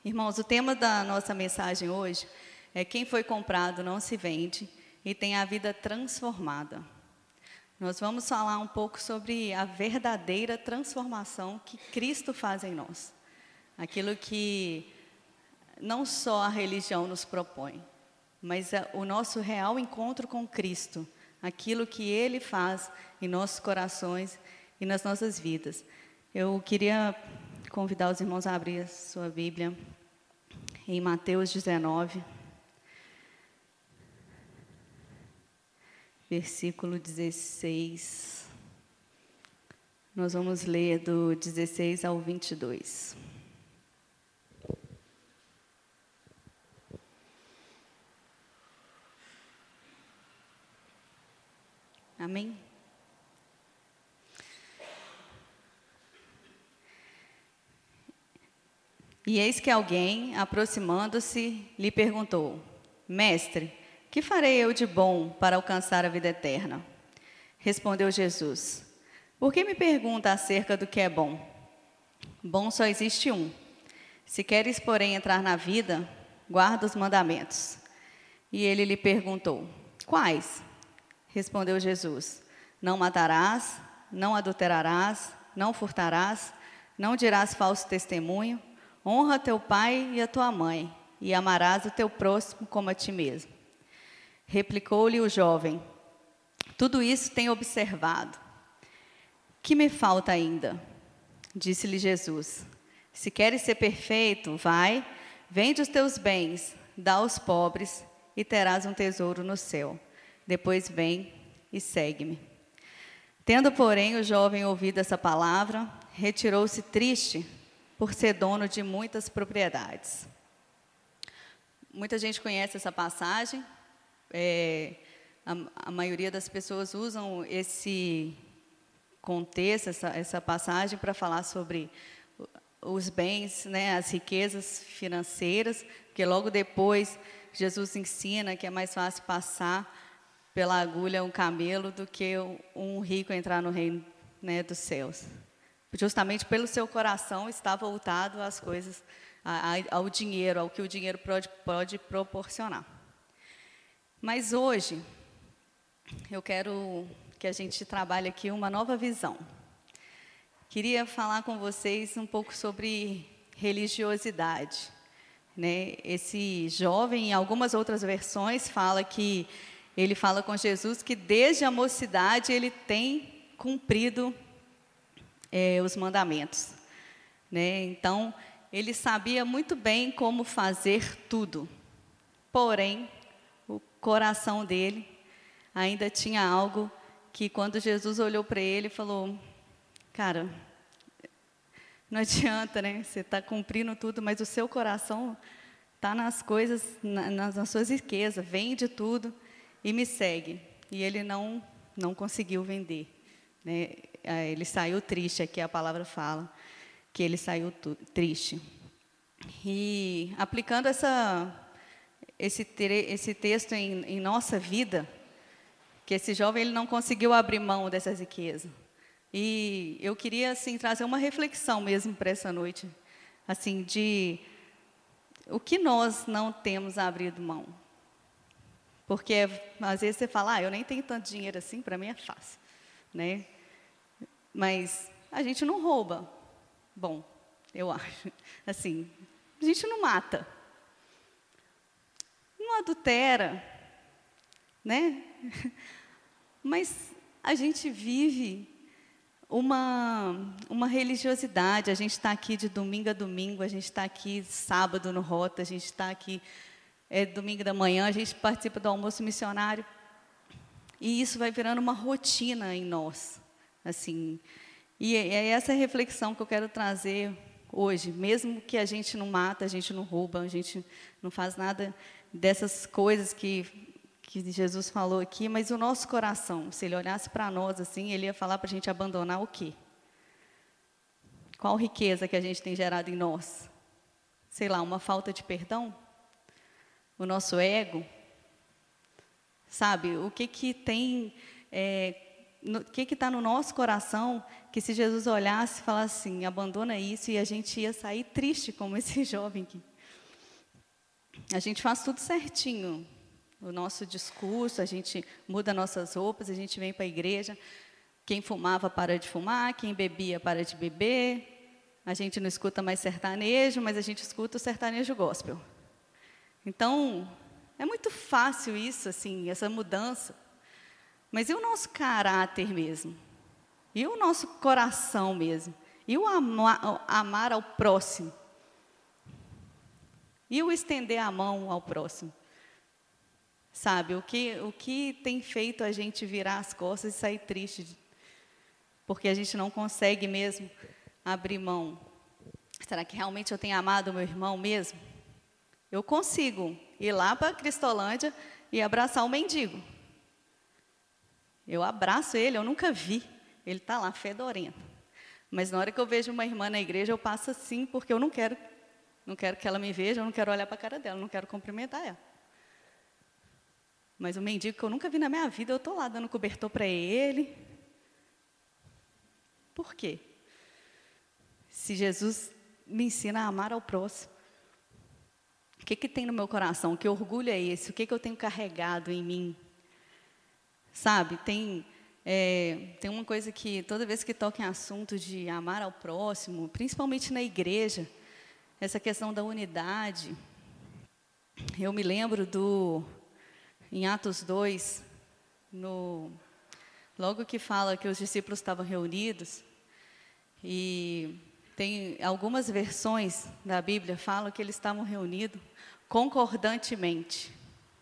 Irmãos, o tema da nossa mensagem hoje é: quem foi comprado não se vende e tem a vida transformada. Nós vamos falar um pouco sobre a verdadeira transformação que Cristo faz em nós. Aquilo que não só a religião nos propõe, mas o nosso real encontro com Cristo. Aquilo que Ele faz em nossos corações e nas nossas vidas. Eu queria convidar os irmãos a abrir a sua Bíblia em Mateus 19, versículo 16. Nós vamos ler do 16 ao 22. Amém? E eis que alguém, aproximando-se, lhe perguntou: Mestre, que farei eu de bom para alcançar a vida eterna? Respondeu Jesus: Por que me pergunta acerca do que é bom? Bom só existe um. Se queres, porém, entrar na vida, guarda os mandamentos. E ele lhe perguntou: Quais? Respondeu Jesus: Não matarás, não adulterarás, não furtarás, não dirás falso testemunho, honra teu pai e a tua mãe, e amarás o teu próximo como a ti mesmo. Replicou-lhe o jovem: Tudo isso tenho observado. Que me falta ainda? Disse-lhe Jesus: Se queres ser perfeito, vai, vende os teus bens, dá aos pobres, e terás um tesouro no céu. Depois vem e segue-me. Tendo, porém, o jovem ouvido essa palavra, retirou-se triste, por ser dono de muitas propriedades. Muita gente conhece essa passagem. A maioria das pessoas usam esse contexto, essa passagem, para falar sobre os bens, né, as riquezas financeiras, porque logo depois Jesus ensina que é mais fácil passar pela agulha um camelo do que um rico entrar no reino, né, dos céus. Justamente pelo seu coração está voltado às coisas, ao dinheiro, ao que o dinheiro pode proporcionar. Mas hoje, eu quero que a gente trabalhe aqui uma nova visão. Queria falar com vocês um pouco sobre religiosidade, né? Esse jovem, em algumas outras versões, fala que ele fala com Jesus que desde a mocidade ele tem cumprido os mandamentos, né? Então, ele sabia muito bem como fazer tudo, porém, o coração dele ainda tinha algo que, quando Jesus olhou para ele, falou: cara, não adianta, né? Você está cumprindo tudo, mas o seu coração está nas coisas, nas suas riquezas, vende tudo e me segue. E ele não conseguiu vender, né? Ele saiu triste, aqui a palavra fala que ele saiu triste. E aplicando esse texto em nossa vida, que esse jovem ele não conseguiu abrir mão dessas riquezas. E eu queria assim trazer uma reflexão mesmo para essa noite, assim, de o que nós não temos abrido mão. Porque às vezes você fala: eu nem tenho tanto dinheiro assim, para mim é fácil, né? Mas a gente não rouba. Bom, eu acho. Assim, a gente não mata. Não adultera, né? Mas a gente vive uma religiosidade. A gente está aqui de domingo a domingo, a gente está aqui sábado no Rota, a gente está aqui domingo da manhã, a gente participa do almoço missionário. E isso vai virando uma rotina em nós. Assim, e é essa reflexão que eu quero trazer hoje. Mesmo que a gente não mata, a gente não rouba, a gente não faz nada dessas coisas que Jesus falou aqui, mas o nosso coração, se ele olhasse para nós assim, ele ia falar para a gente abandonar o quê? Qual riqueza que a gente tem gerado em nós? Sei lá, uma falta de perdão? O nosso ego? Sabe, o que tem... o que está no nosso coração, que se Jesus olhasse e falasse assim: abandona isso, e a gente ia sair triste como esse jovem A gente faz tudo certinho. O nosso discurso, a gente muda nossas roupas, a gente vem para a igreja. Quem fumava para de fumar, quem bebia para de beber. A gente não escuta mais sertanejo, mas a gente escuta o sertanejo gospel. Então, é muito fácil isso, assim, essa mudança. Mas e o nosso caráter mesmo? E o nosso coração mesmo? E o amar ao próximo? E o estender a mão ao próximo? Sabe, o que tem feito a gente virar as costas e sair triste? Porque a gente não consegue mesmo abrir mão. Será que realmente eu tenho amado o meu irmão mesmo? Eu consigo ir lá para a Cristolândia e abraçar o mendigo. Eu abraço ele, eu nunca vi. Ele está lá, fedorento. Mas na hora que eu vejo uma irmã na igreja, eu passo assim, porque eu não quero que ela me veja, eu não quero olhar para a cara dela, eu não quero cumprimentar ela. Mas o mendigo que eu nunca vi na minha vida, eu estou lá dando cobertor para ele. Por quê? Se Jesus me ensina a amar ao próximo, o que tem no meu coração? Que orgulho é esse? O que eu tenho carregado em mim? Sabe, tem uma coisa que toda vez que toca em assunto de amar ao próximo, principalmente na igreja, essa questão da unidade. Eu me lembro em Atos 2, logo que fala que os discípulos estavam reunidos, e tem algumas versões da Bíblia que falam que eles estavam reunidos concordantemente.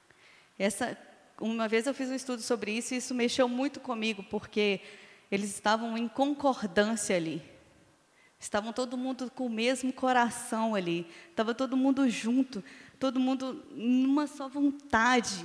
Uma vez eu fiz um estudo sobre isso e isso mexeu muito comigo, porque eles estavam em concordância ali. Estavam todo mundo com o mesmo coração ali. Estava todo mundo junto, todo mundo numa só vontade.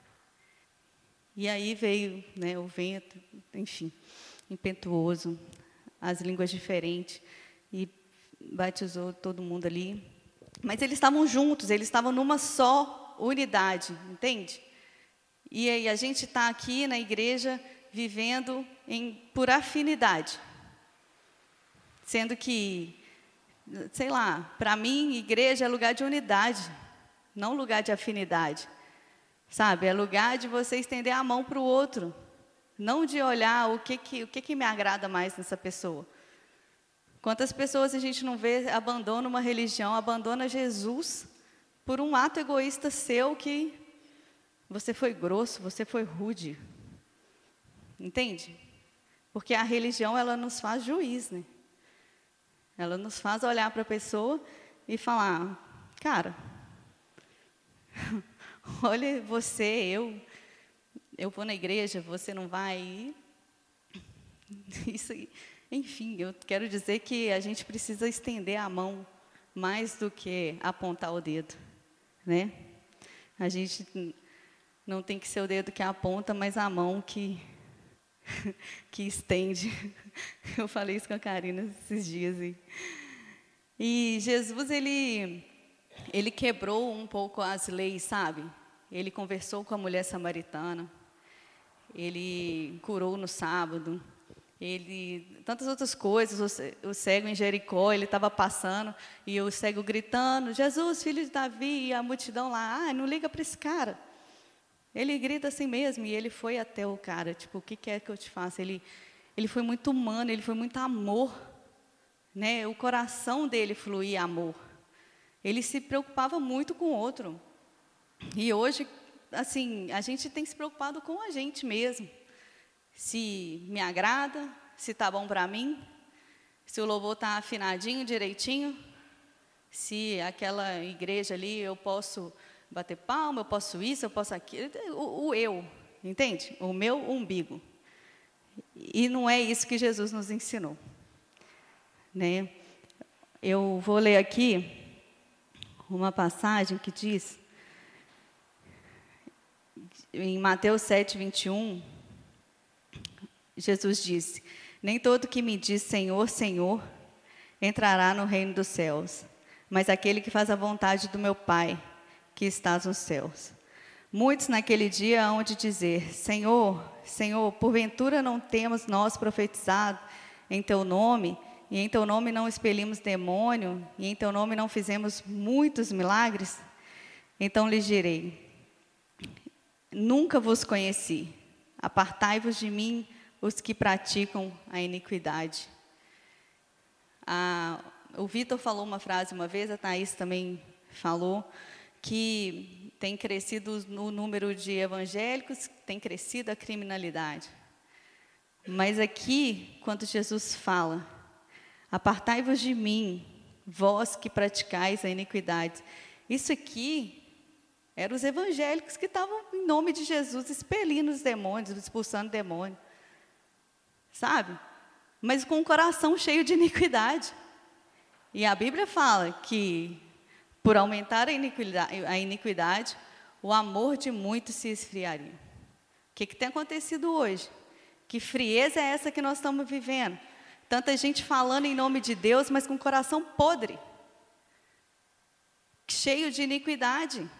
E aí veio, né, o vento, enfim, impetuoso, as línguas diferentes, e batizou todo mundo ali. Mas eles estavam juntos, eles estavam numa só unidade, entende? E aí a gente está aqui na igreja vivendo por afinidade. Sendo que, sei lá, para mim, igreja é lugar de unidade, não lugar de afinidade. Sabe, é lugar de você estender a mão para o outro, não de olhar o que me agrada mais nessa pessoa. Quantas pessoas a gente não vê abandona uma religião, abandona Jesus por um ato egoísta seu que você foi grosso, você foi rude. Entende? Porque a religião, ela nos faz juiz, né? Ela nos faz olhar para a pessoa e falar, cara, olha você, eu vou na igreja, você não vai. Isso, enfim, eu quero dizer que a gente precisa estender a mão mais do que apontar o dedo, né? A gente não tem que ser o dedo que aponta, mas a mão que estende. Eu falei isso com a Karina esses dias. E Jesus, ele quebrou um pouco as leis, sabe? Ele conversou com a mulher samaritana, ele curou no sábado, tantas outras coisas. O cego em Jericó, ele estava passando, e o cego gritando, Jesus, filho de Davi, e a multidão lá, não liga para esse cara. Ele grita assim mesmo, e ele foi até o cara, tipo, o que quer que eu te faça? Ele foi muito humano, ele foi muito amor, né? O coração dele fluía amor. Ele se preocupava muito com o outro. E hoje, assim, a gente tem se preocupado com a gente mesmo. Se me agrada, se está bom para mim, se o louvor está afinadinho, direitinho, se aquela igreja ali eu posso bater palma, eu posso isso, eu posso aquilo, o eu, entende? O meu umbigo. E não é isso que Jesus nos ensinou, né? Eu vou ler aqui uma passagem que diz, em Mateus 7:21, Jesus disse, nem todo que me diz Senhor, Senhor, entrará no reino dos céus, mas aquele que faz a vontade do meu Pai, que estás nos céus. Muitos naquele dia hão de dizer, Senhor, Senhor, porventura não temos nós profetizado em Teu nome, e em Teu nome não expelimos demônio, e em Teu nome não fizemos muitos milagres? Então lhes direi: nunca vos conheci. Apartai-vos de mim, os que praticam a iniquidade. O Vitor falou uma frase uma vez, a Thaís também falou, que tem crescido o número de evangélicos, tem crescido a criminalidade. Mas aqui, quando Jesus fala: apartai-vos de mim, vós que praticais a iniquidade. Isso aqui eram os evangélicos que estavam, em nome de Jesus, expelindo os demônios, expulsando demônios. Sabe? Mas com o coração cheio de iniquidade. E a Bíblia fala que, por aumentar a iniquidade, o amor de muitos se esfriaria. O que tem acontecido hoje? Que frieza é essa que nós estamos vivendo? Tanta gente falando em nome de Deus, mas com o coração podre, cheio de iniquidade.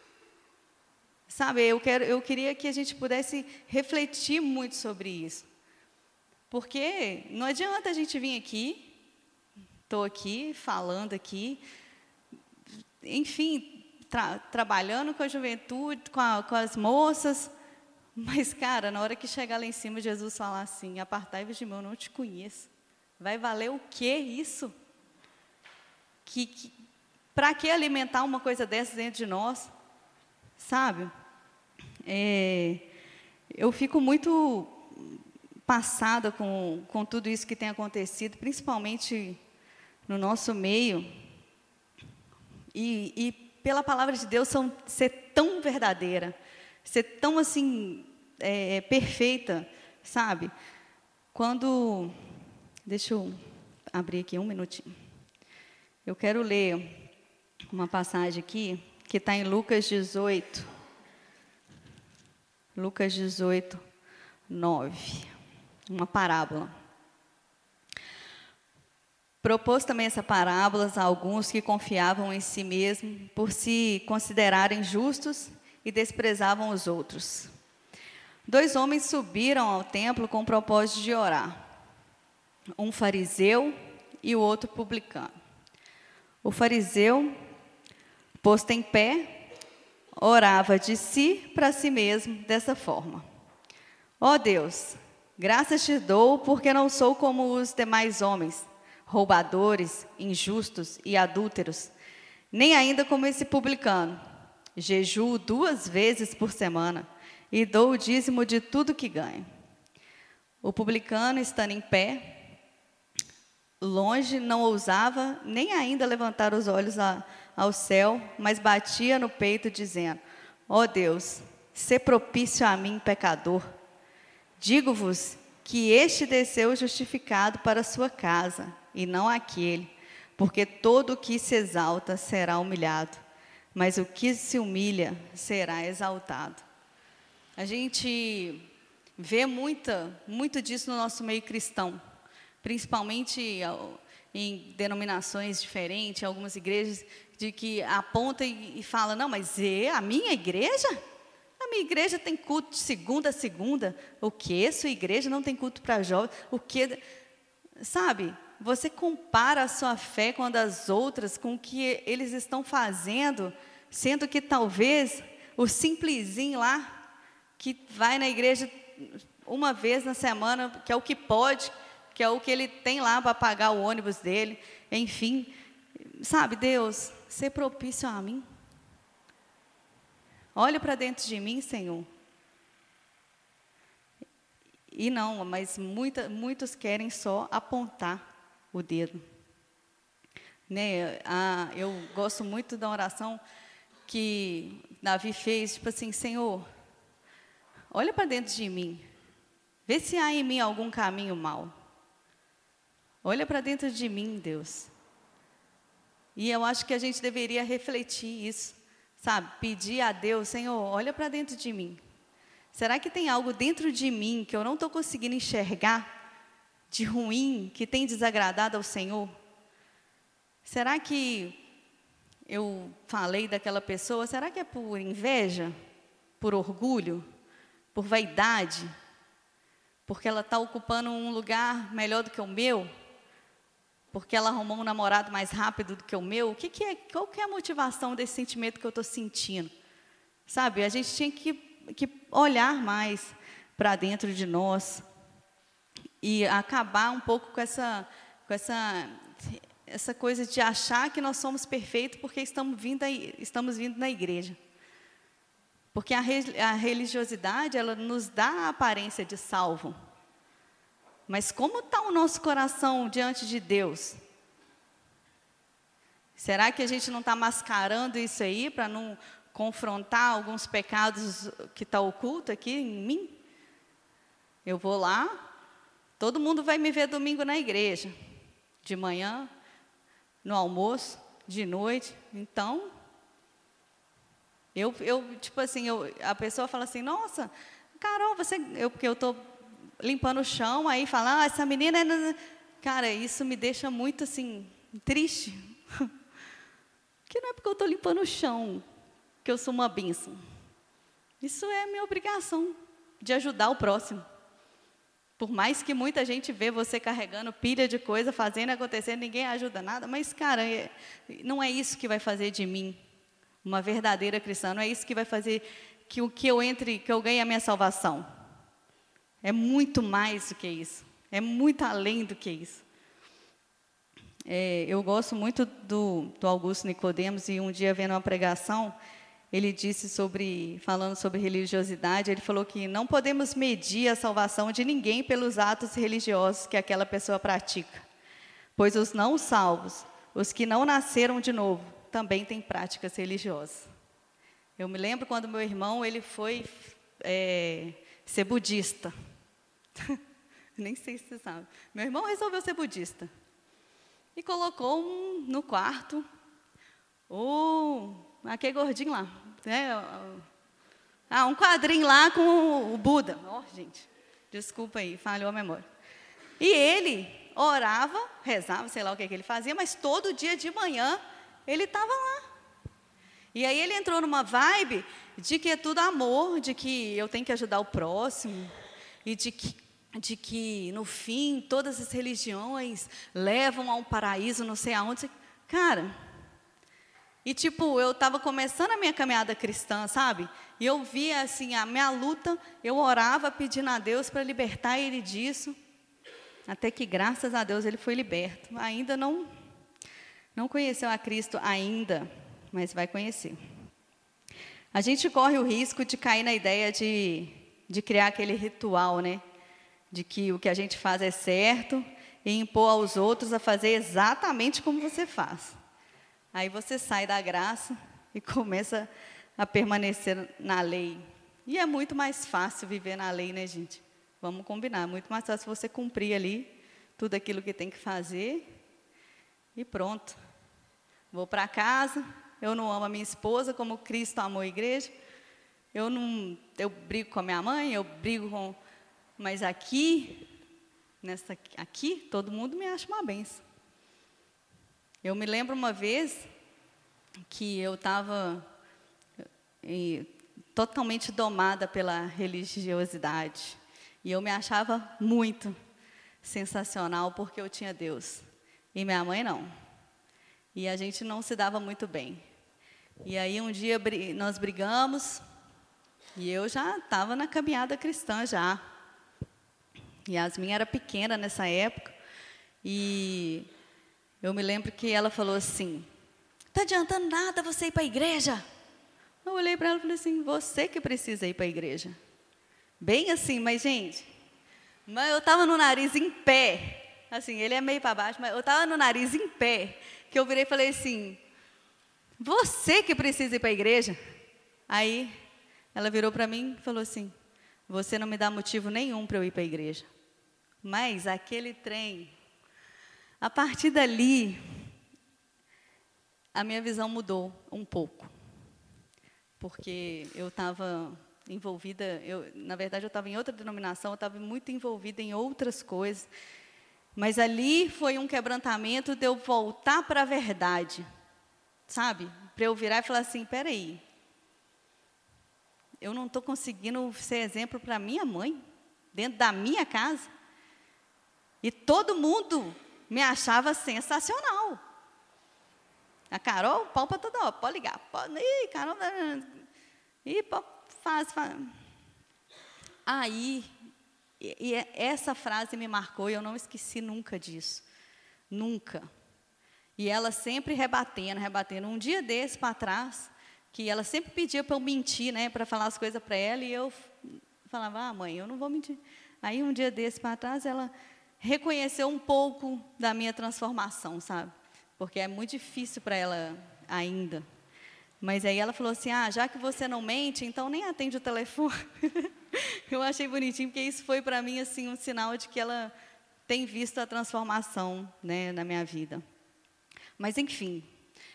Sabe, eu queria que a gente pudesse refletir muito sobre isso. Porque não adianta a gente vir aqui, estou aqui, falando aqui, enfim, trabalhando com a juventude, com as moças, mas, cara, na hora que chegar lá em cima, Jesus falar assim: apartai-vos de mim, eu não te conheço. Vai valer o quê isso? Para que alimentar uma coisa dessa dentro de nós? Sabe? Eu fico muito passada com tudo isso que tem acontecido, principalmente no nosso meio. E pela palavra de Deus ser tão verdadeira, ser tão assim, perfeita, sabe? Deixa eu abrir aqui um minutinho. Eu quero ler uma passagem aqui, que está em Lucas 18. Lucas 18, 9. Uma parábola. Propôs também essa parábola a alguns que confiavam em si mesmos por se considerarem justos e desprezavam os outros. 2 homens subiram ao templo com o propósito de orar. Um fariseu e o outro publicano. O fariseu, posto em pé, orava de si para si mesmo dessa forma: ó Deus, graças te dou porque não sou como os demais homens, roubadores, injustos e adúlteros, nem ainda como esse publicano. Jejuo 2 vezes por semana e dou o dízimo de tudo que ganho. O publicano, estando em pé, longe, não ousava nem ainda levantar os olhos ao céu, mas batia no peito, dizendo: ó Deus, sê propício a mim, pecador. Digo-vos que este desceu justificado para a sua casa, e não aquele, porque todo o que se exalta será humilhado, mas o que se humilha será exaltado. A gente vê muito disso no nosso meio cristão, principalmente em denominações diferentes, algumas igrejas, de que aponta e fala: não, mas a minha igreja? A minha igreja tem culto de segunda a segunda. O quê? Sua igreja não tem culto para jovens? O quê? Sabe, você compara a sua fé com a das outras, com o que eles estão fazendo, sendo que talvez o simplesinho lá, que vai na igreja uma vez na semana, que é o que pode, que é o que ele tem lá para pagar o ônibus dele, enfim. Sabe, Deus, ser propício a mim. Olha para dentro de mim, Senhor. E não, mas muitos querem só apontar o dedo. Né? Eu gosto muito da oração que Davi fez, tipo assim: Senhor, olha para dentro de mim, vê se há em mim algum caminho mau. Olha para dentro de mim, Deus. E eu acho que a gente deveria refletir isso, sabe? Pedir a Deus: Senhor, olha para dentro de mim. Será que tem algo dentro de mim que eu não estou conseguindo enxergar, de ruim, que tem desagradado ao Senhor? Será que eu falei daquela pessoa, será que é por inveja, por orgulho, por vaidade, porque ela está ocupando um lugar melhor do que o meu? porque ela arrumou um namorado mais rápido do que o meu? Qual que é a motivação desse sentimento que eu estou sentindo? Sabe, a gente tinha que olhar mais para dentro de nós e acabar um pouco com essa coisa de achar que nós somos perfeitos porque estamos vindo na igreja. Porque a religiosidade, ela nos dá a aparência de salvo. Mas como está o nosso coração diante de Deus? Será que a gente não está mascarando isso aí para não confrontar alguns pecados que estão ocultos aqui em mim? Eu vou lá, todo mundo vai me ver domingo na igreja, de manhã, no almoço, de noite. Então, tipo assim, a pessoa fala assim, nossa, Carol, porque eu estou limpando o chão, aí fala, essa menina é... Cara, isso me deixa muito assim, triste. Porque não é porque eu estou limpando o chão que eu sou uma bênção. Isso é minha obrigação, de ajudar o próximo. Por mais que muita gente vê você carregando pilha de coisa, fazendo acontecer, ninguém ajuda nada, mas, cara, não é isso que vai fazer de mim uma verdadeira cristã, não é isso que vai fazer que eu ganhe a minha salvação. É muito mais do que isso, é muito além do que isso. Eu gosto muito do Augusto Nicodemos, e um dia vendo uma pregação, ele disse falando sobre religiosidade, ele falou que não podemos medir a salvação de ninguém pelos atos religiosos que aquela pessoa pratica, pois os não salvos, os que não nasceram de novo, também têm práticas religiosas. Eu me lembro quando meu irmão ele foi ser budista. Nem sei se você sabe. Meu irmão resolveu ser budista. E colocou no quarto aquele gordinho lá, né? Um quadrinho lá com o Buda. Gente, desculpa aí, falhou a memória. E ele orava, rezava, sei lá o que ele fazia, mas todo dia de manhã ele estava lá. E aí ele entrou numa vibe de que é tudo amor, de que eu tenho que ajudar o próximo, e de que no fim, todas as religiões levam a um paraíso, não sei aonde. Cara, e tipo, eu estava começando a minha caminhada cristã, sabe? E eu via assim, a minha luta, eu orava pedindo a Deus para libertar ele disso, até que graças a Deus ele foi liberto. Ainda não conheceu a Cristo ainda, mas vai conhecer. A gente corre o risco de cair na ideia de criar aquele ritual, né? De que o que a gente faz é certo e impor aos outros a fazer exatamente como você faz. Aí você sai da graça e começa a permanecer na lei. E é muito mais fácil viver na lei, né, gente? Vamos combinar, muito mais fácil você cumprir ali tudo aquilo que tem que fazer e pronto. Vou para casa, eu não amo a minha esposa como Cristo amou a igreja, eu brigo com a minha mãe, eu brigo com... Mas aqui, todo mundo me acha uma benção. Eu me lembro uma vez que eu estava totalmente domada pela religiosidade. E eu me achava muito sensacional porque eu tinha Deus. E minha mãe não. E a gente não se dava muito bem. E aí um dia nós brigamos e eu já estava na caminhada cristã já. Yasmin era pequena nessa época e eu me lembro que ela falou assim, tá adiantando nada você ir para a igreja? Eu olhei para ela e falei assim, você que precisa ir para a igreja. Bem assim, mas gente, eu estava no nariz em pé, assim, ele é meio para baixo, mas eu estava no nariz em pé, que eu virei e falei assim, você que precisa ir para a igreja? Aí ela virou para mim e falou assim, você não me dá motivo nenhum para eu ir para a igreja. Mas aquele trem, a partir dali, a minha visão mudou um pouco. Porque eu estava envolvida, na verdade eu estava em outra denominação, eu estava muito envolvida em outras coisas. Mas ali foi um quebrantamento de eu voltar para a verdade, sabe? Para eu virar e falar assim, peraí, eu não estou conseguindo ser exemplo para minha mãe, dentro da minha casa. E todo mundo me achava sensacional. A Carol, pau para toda hora, pode ligar. Ih, Carol, faz. Aí, essa frase me marcou e eu não esqueci nunca disso. Nunca. E ela sempre rebatendo. Um dia desse para trás, que ela sempre pedia para eu mentir, né, para falar as coisas para ela, e eu falava, mãe, eu não vou mentir. Aí, um dia desse para trás, ela reconheceu um pouco da minha transformação, sabe? Porque é muito difícil para ela ainda. Mas aí ela falou assim, já que você não mente, então nem atende o telefone. Eu achei bonitinho, porque isso foi para mim assim, um sinal de que ela tem visto a transformação, né, na minha vida. Mas, enfim,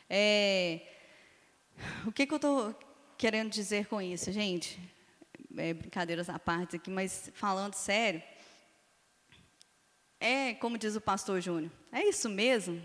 o que eu estou querendo dizer com isso, gente? Brincadeiras à parte aqui, mas falando sério, como diz o pastor Júnior, é isso mesmo?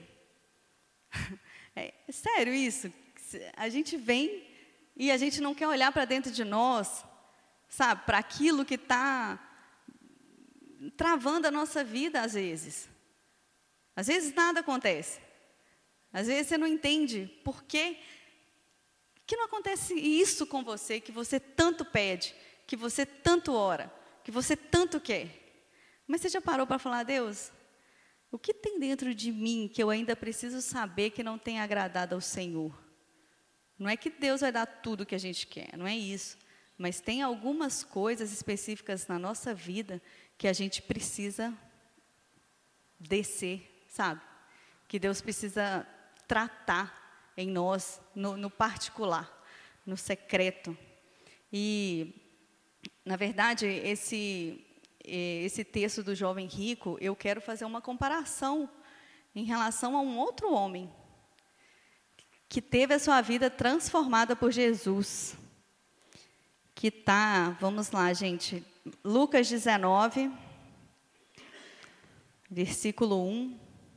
É sério isso? A gente vem e a gente não quer olhar para dentro de nós, sabe, para aquilo que está travando a nossa vida às vezes. Às vezes nada acontece. Às vezes você não entende por que não acontece isso com você, que você tanto pede, que você tanto ora, que você tanto quer. Mas você já parou para falar, Deus, o que tem dentro de mim que eu ainda preciso saber que não tem agradado ao Senhor? Não é que Deus vai dar tudo o que a gente quer, não é isso. Mas tem algumas coisas específicas na nossa vida que a gente precisa descer, sabe? Que Deus precisa tratar em nós, no particular, no secreto. E, na verdade, esse texto do jovem rico, eu quero fazer uma comparação em relação a um outro homem que teve a sua vida transformada por Jesus. Que está, vamos lá, gente, Lucas 19, versículo 1.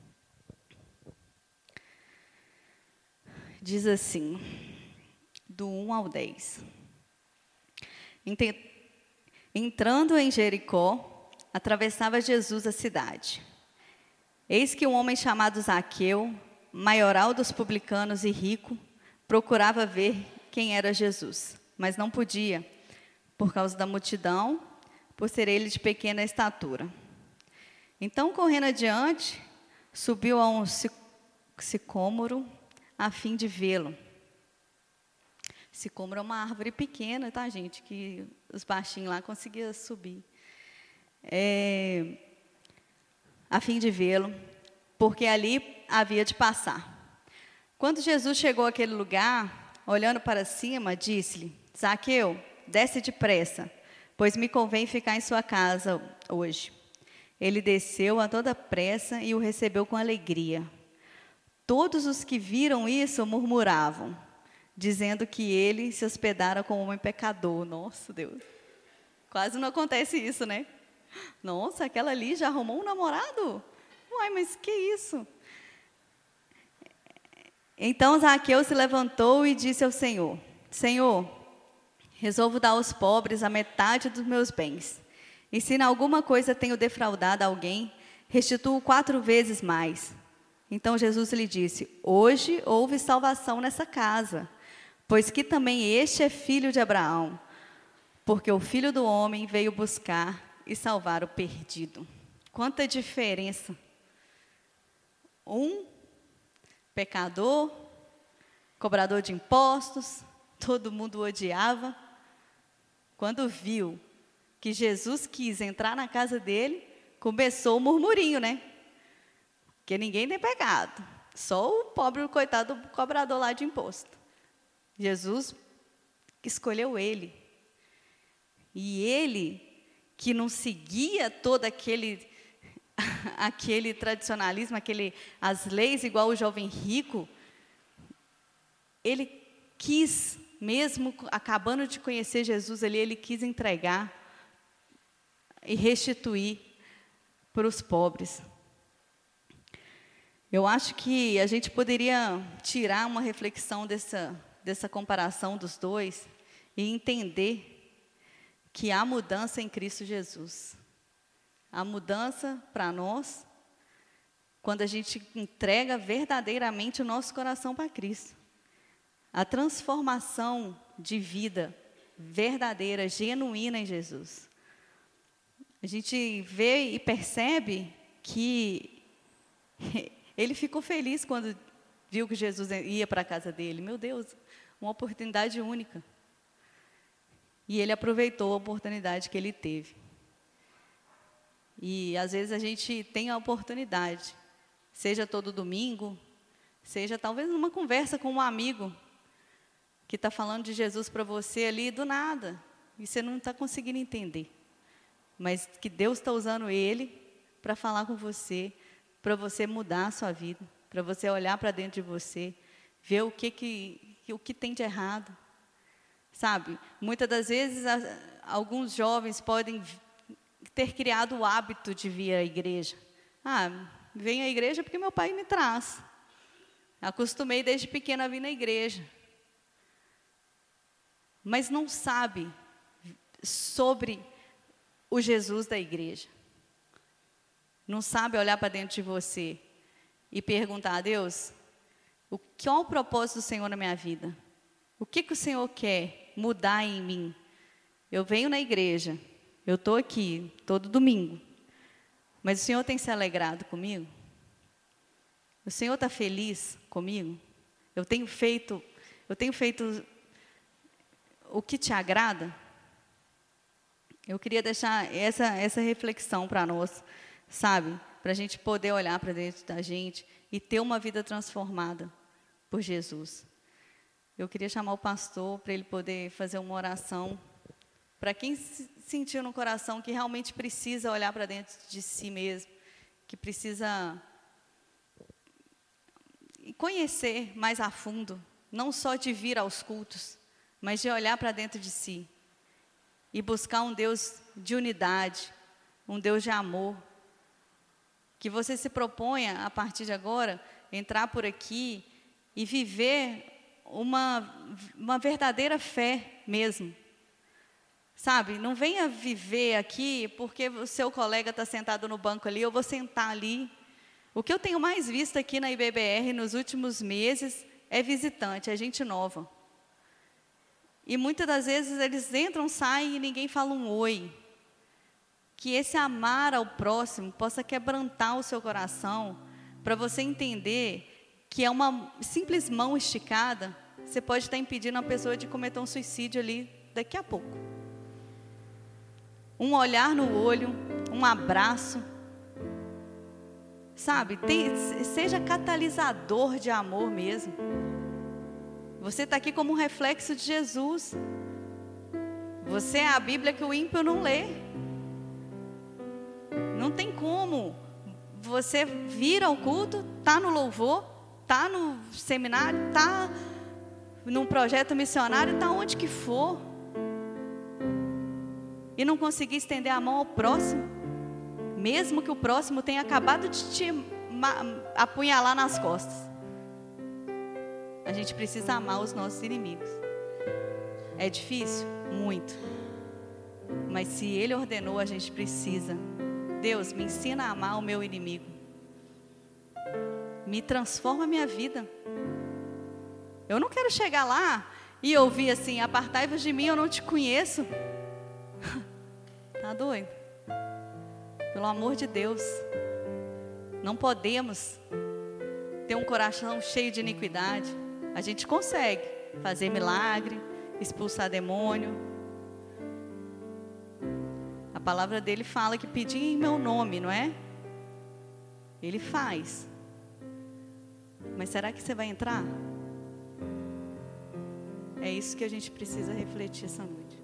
Diz assim, do 1 ao 10. Entrando em Jericó, atravessava Jesus a cidade. Eis que um homem chamado Zaqueu, maioral dos publicanos e rico, procurava ver quem era Jesus, mas não podia, por causa da multidão, por ser ele de pequena estatura. Então, correndo adiante, subiu a um sicômoro, a fim de vê-lo. Sicômoro é uma árvore pequena, tá, gente? Que os baixinhos lá conseguiam subir. A fim de vê-lo, porque ali havia de passar. Quando Jesus chegou àquele lugar, olhando para cima, disse-lhe, Zaqueu, desce depressa, pois me convém ficar em sua casa hoje. Ele desceu a toda pressa e o recebeu com alegria. Todos os que viram isso murmuravam, dizendo que ele se hospedara com um homem pecador. Nossa, Deus, quase não acontece isso, né? Nossa, aquela ali já arrumou um namorado? Uai, mas que isso? Então Zaqueu se levantou e disse ao Senhor, Senhor, resolvo dar aos pobres a metade dos meus bens. E se em alguma coisa tenho defraudado alguém, restituo 4 vezes mais. Então Jesus lhe disse, hoje houve salvação nessa casa, pois que também este é filho de Abraão, porque o Filho do Homem veio buscar e salvar o perdido. Quanta diferença. Um pecador, cobrador de impostos, todo mundo o odiava. Quando viu que Jesus quis entrar na casa dele, começou o murmurinho, né? Porque ninguém tem pecado, só o pobre, coitado do cobrador lá de imposto. Jesus escolheu ele. E ele, que não seguia todo aquele tradicionalismo, as leis igual o jovem rico, ele quis, mesmo acabando de conhecer Jesus ali, ele quis entregar e restituir para os pobres. Eu acho que a gente poderia tirar uma reflexão dessa comparação dos dois e entender que há mudança em Cristo Jesus. Há mudança para nós quando a gente entrega verdadeiramente o nosso coração para Cristo. A transformação de vida verdadeira, genuína em Jesus. A gente vê e percebe que ele ficou feliz quando viu que Jesus ia para a casa dele. Meu Deus, uma oportunidade única. E ele aproveitou a oportunidade que ele teve. E às vezes a gente tem a oportunidade, seja todo domingo, seja talvez numa conversa com um amigo que está falando de Jesus para você ali do nada, e você não está conseguindo entender. Mas que Deus está usando ele para falar com você, para você mudar a sua vida, para você olhar para dentro de você, ver o que tem de errado. Sabe, muitas das vezes alguns jovens podem ter criado o hábito de vir à igreja. Venho à igreja porque meu pai me traz. Acostumei desde pequena a vir na igreja. Mas não sabe sobre o Jesus da igreja. Não sabe olhar para dentro de você e perguntar a Deus, qual é o propósito do Senhor na minha vida? O que o Senhor quer mudar em mim? Eu venho na igreja, eu estou aqui todo domingo, mas o Senhor tem se alegrado comigo? O Senhor está feliz comigo? Eu tenho feito o que te agrada? Eu queria deixar essa reflexão para nós, sabe? Para a gente poder olhar para dentro da gente e ter uma vida transformada por Jesus. Eu queria chamar o pastor para ele poder fazer uma oração. Para quem sentiu no coração que realmente precisa olhar para dentro de si mesmo, que precisa conhecer mais a fundo, não só de vir aos cultos, mas de olhar para dentro de si e buscar um Deus de unidade, um Deus de amor. Que você se proponha, a partir de agora, entrar por aqui e viver uma verdadeira fé mesmo. Sabe, não venha viver aqui porque o seu colega está sentado no banco ali, eu vou sentar ali. O que eu tenho mais visto aqui na IBBR nos últimos meses é visitante, é gente nova. E muitas das vezes eles entram, saem e ninguém fala um oi. Que esse amar ao próximo possa quebrantar o seu coração, para você entender que é uma simples mão esticada, você pode estar impedindo a pessoa de cometer um suicídio ali daqui a pouco. Um olhar no olho, um abraço, sabe? Seja catalisador de amor mesmo. Você está aqui como um reflexo de Jesus. Você é a Bíblia que o ímpio não lê. Não tem como você vir ao culto, tá no louvor, tá no seminário, tá num projeto missionário, tá onde que for, e não conseguir estender a mão ao próximo, mesmo que o próximo tenha acabado de te apunhalar nas costas. A gente precisa amar os nossos inimigos. É difícil? Muito. Mas se Ele ordenou, a gente precisa. Deus, me ensina a amar o meu inimigo. Me transforma a minha vida. Eu não quero chegar lá e ouvir assim, apartai-vos de mim, eu não te conheço. Tá doido? Pelo amor de Deus. Não podemos ter um coração cheio de iniquidade. A gente consegue fazer milagre, expulsar demônio. A palavra dele fala que pedir em meu nome, não é? Ele faz. Mas será que você vai entrar? É isso que a gente precisa refletir essa noite.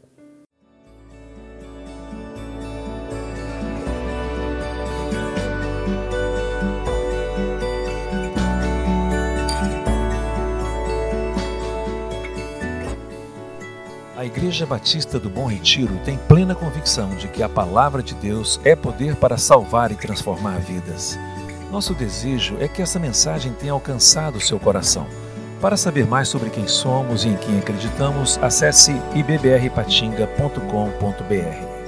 A Igreja Batista do Bom Retiro tem plena convicção de que a palavra de Deus é poder para salvar e transformar vidas. Nosso desejo é que essa mensagem tenha alcançado o seu coração. Para saber mais sobre quem somos e em quem acreditamos, acesse ibbrpatinga.com.br.